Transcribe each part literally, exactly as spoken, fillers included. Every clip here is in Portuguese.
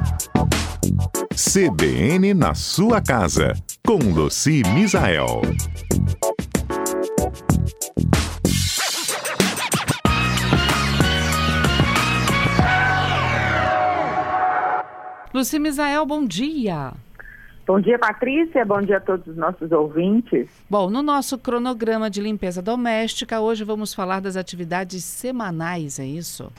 C B N na sua casa, com Lucy Misael. Lucy Misael, bom dia. Bom dia, Patrícia. Bom dia a todos os nossos ouvintes. Bom, no nosso cronograma de limpeza doméstica, hoje vamos falar das atividades semanais, é isso?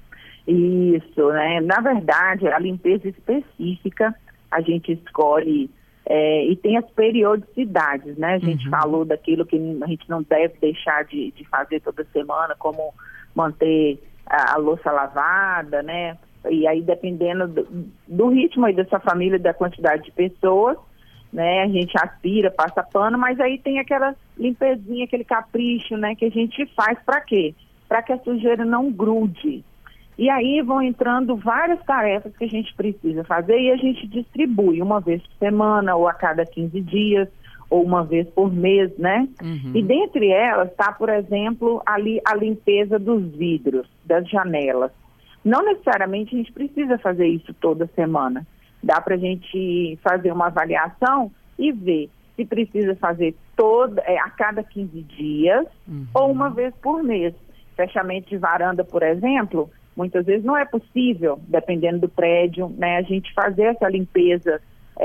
Isso, né? Na verdade, a limpeza específica, a gente escolhe é, e tem as periodicidades, né? A gente uhum. falou daquilo que a gente não deve deixar de, de fazer toda semana, como manter a, a louça lavada, né? E aí, dependendo do, do ritmo aí dessa família, da quantidade de pessoas, né, a gente aspira, passa pano, mas aí tem aquela limpezinha, aquele capricho, né, que a gente faz para quê? Para que a sujeira não grude. E aí vão entrando várias tarefas que a gente precisa fazer e a gente distribui uma vez por semana, ou a cada quinze dias, ou uma vez por mês, né? Uhum. E dentre elas está, por exemplo, ali a limpeza dos vidros, das janelas. Não necessariamente a gente precisa fazer isso toda semana. Dá para a gente fazer uma avaliação e ver se precisa fazer toda, é, a cada quinze dias uhum. ou uma vez por mês. Fechamento de varanda, por exemplo, muitas vezes não é possível, dependendo do prédio, né, a gente fazer essa limpeza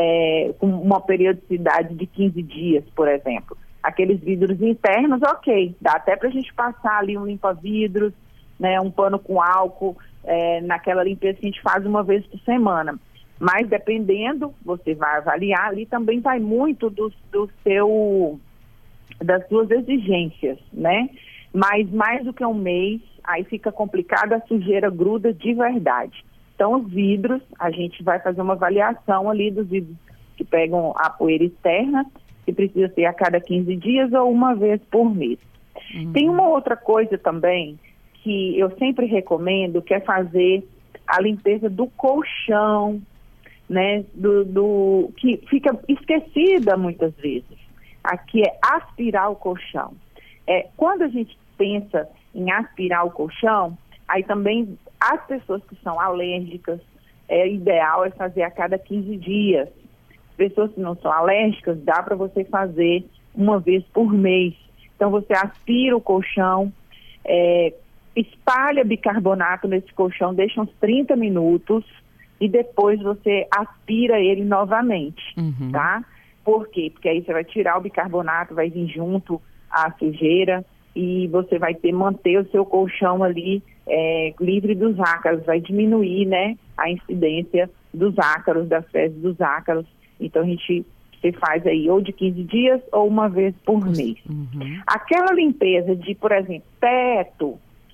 é, com uma periodicidade de quinze dias, por exemplo. Aqueles vidros internos, ok, dá até para a gente passar ali um limpa-vidros, né, um pano com álcool, É, naquela limpeza que a gente faz uma vez por semana. Mas dependendo, você vai avaliar, ali também vai muito do, do seu, das suas exigências, né? Mas mais do que um mês, aí fica complicado, a sujeira gruda de verdade. Então, os vidros, a gente vai fazer uma avaliação ali dos vidros que pegam a poeira externa, que precisa ser a cada quinze dias ou uma vez por mês. Uhum. Tem uma outra coisa também que eu sempre recomendo, que é fazer a limpeza do colchão, né, do, do, que fica esquecida muitas vezes. Aqui é aspirar o colchão. É, quando a gente pensa em aspirar o colchão, aí também as pessoas que são alérgicas, é ideal é fazer a cada quinze dias. Pessoas que não são alérgicas, dá para você fazer uma vez por mês. Então você aspira o colchão, é, espalha bicarbonato nesse colchão, deixa uns trinta minutos e depois você aspira ele novamente, uhum. tá? Por quê? Porque aí você vai tirar o bicarbonato, vai vir junto a sujeira e você vai ter, manter o seu colchão ali é, livre dos ácaros, vai diminuir, né, a incidência dos ácaros, das fezes dos ácaros. Então a gente você faz aí ou de quinze dias ou uma vez por mês. Uhum. Aquela limpeza de, por exemplo, teto,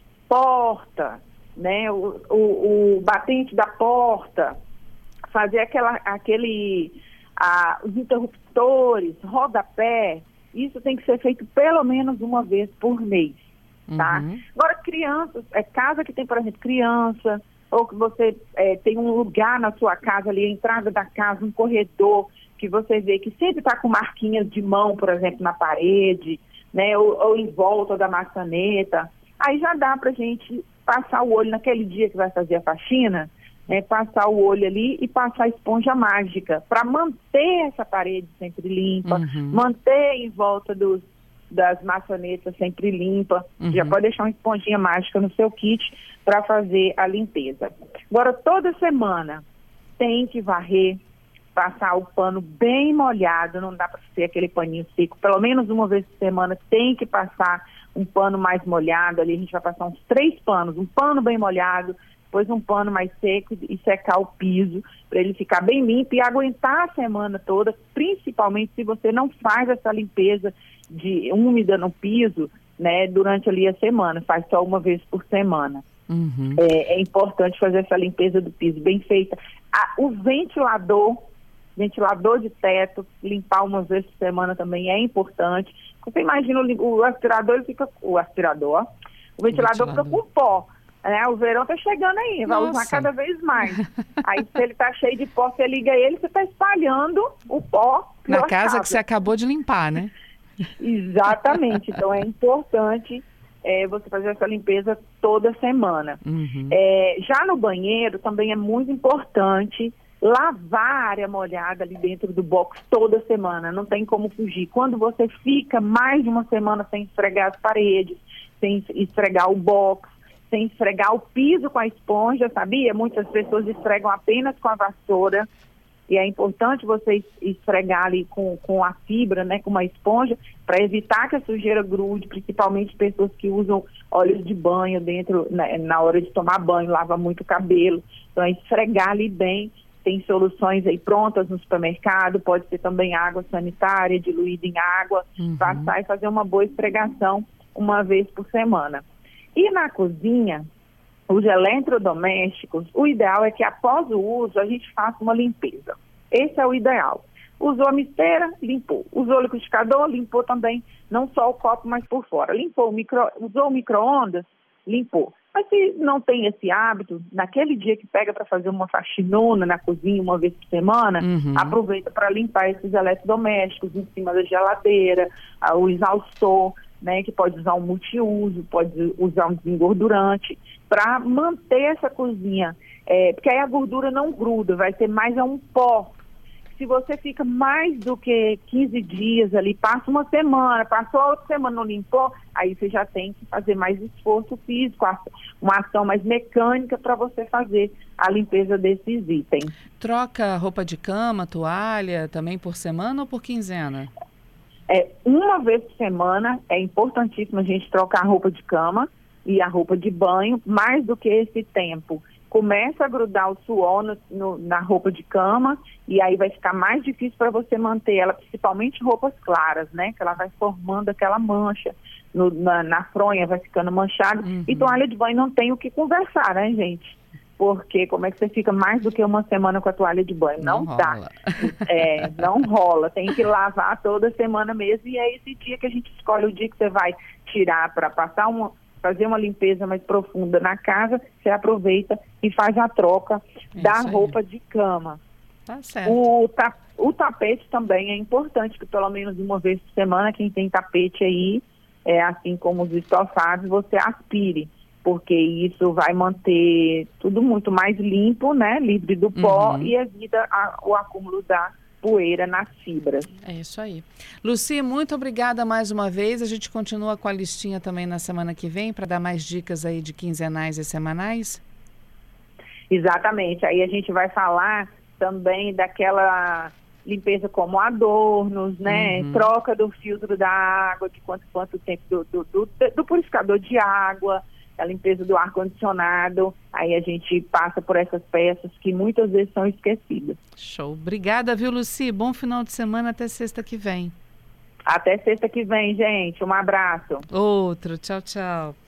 porta, né, o, o, o batente da porta, fazer aquela, aquele, a, os interruptores, rodapé, isso tem que ser feito pelo menos uma vez por mês, tá? Uhum. Agora, crianças, é casa que tem, por exemplo, criança, ou que você é, tem um lugar na sua casa ali, a entrada da casa, um corredor, que você vê que sempre está com marquinhas de mão, por exemplo, na parede, né, ou, ou em volta da maçaneta. Aí já dá pra gente passar o olho naquele dia que vai fazer a faxina, né, passar o olho ali e passar a esponja mágica para manter essa parede sempre limpa, uhum. manter em volta dos, das maçanetas sempre limpa. Uhum. Já pode deixar uma esponjinha mágica no seu kit para fazer a limpeza. Agora, toda semana tem que varrer, passar o pano bem molhado, não dá para ser aquele paninho seco. Pelo menos uma vez por semana tem que passar um pano mais molhado, ali a gente vai passar uns três panos, um pano bem molhado, depois um pano mais seco e secar o piso para ele ficar bem limpo e aguentar a semana toda, principalmente se você não faz essa limpeza de úmida no piso, né, durante ali a semana, faz só uma vez por semana. Uhum. É, é importante fazer essa limpeza do piso bem feita. Ah, o ventilador, ventilador de teto, limpar uma vez por semana também é importante. Você imagina o, o aspirador, ele fica, o aspirador, ó, o ventilador, ventilador fica com pó, né? O verão tá chegando aí, vai Nossa. usar cada vez mais. Aí se ele tá cheio de pó, você liga ele, você tá espalhando o pó na casa, casa que você acabou de limpar, né? Exatamente, então é importante é, você fazer essa limpeza toda semana. Uhum. É, já no banheiro também é muito importante lavar a área molhada ali dentro do box toda semana, não tem como fugir. Quando você fica mais de uma semana sem esfregar as paredes, sem esfregar o box, sem esfregar o piso com a esponja, sabia? Muitas pessoas esfregam apenas com a vassoura, e é importante você esfregar ali com, com a fibra, né, com uma esponja, para evitar que a sujeira grude, principalmente pessoas que usam óleos de banho dentro, né, na hora de tomar banho, lava muito o cabelo. Então é esfregar ali bem. Tem soluções aí prontas no supermercado, pode ser também água sanitária, diluída em água, uhum. Passar e fazer uma boa esfregação uma vez por semana. E na cozinha, os eletrodomésticos, o ideal é que após o uso a gente faça uma limpeza. Esse é o ideal. Usou a misteira, limpou. Usou o liquidificador, limpou também, não só o copo, mas por fora. Limpou o micro, usou o micro-ondas, limpou. Mas se não tem esse hábito, naquele dia que pega para fazer uma faxinona na cozinha uma vez por semana, uhum. Aproveita para limpar esses eletrodomésticos em cima da geladeira, o exaustor, né, que pode usar um multiuso, pode usar um desengordurante, para manter essa cozinha, é, porque aí a gordura não gruda, vai ter mais é um pó. Se você fica mais do que quinze dias ali, passa uma semana, passou a outra semana, não limpou, aí você já tem que fazer mais esforço físico, uma ação mais mecânica para você fazer a limpeza desses itens. Troca roupa de cama, toalha, também por semana ou por quinzena? É, uma vez por semana é importantíssimo a gente trocar a roupa de cama e a roupa de banho, mais do que esse tempo. Começa a grudar o suor no, no, na roupa de cama e aí vai ficar mais difícil para você manter ela, principalmente roupas claras, né? Que ela vai formando aquela mancha no, na, na fronha, vai ficando manchada. Uhum. E toalha de banho não tem o que conversar, né, gente? Porque como é que você fica mais do que uma semana com a toalha de banho? Não, não dá. É, não rola. Tem que lavar toda semana mesmo e é esse dia que a gente escolhe o dia que você vai tirar para passar uma... fazer uma limpeza mais profunda na casa, você aproveita e faz a troca é da roupa de cama. Tá certo. O, ta, o tapete também é importante, que pelo menos uma vez por semana, quem tem tapete aí, é, assim como os estofados, você aspire, porque isso vai manter tudo muito mais limpo, né, livre do pó, uhum. E evita a, o acúmulo da poeira nas fibras. É isso aí. Luci, muito obrigada mais uma vez. A gente continua com a listinha também na semana que vem para dar mais dicas aí de quinzenais e semanais? Exatamente. Aí a gente vai falar também daquela limpeza como adornos, né? Uhum. Troca do filtro da água, de quanto, quanto tempo do, do, do, do purificador de água, a limpeza do ar-condicionado, aí a gente passa por essas peças que muitas vezes são esquecidas. Show. Obrigada, viu, Luci? Bom final de semana, até sexta que vem. Até sexta que vem, gente. Um abraço. Outro. Tchau, tchau.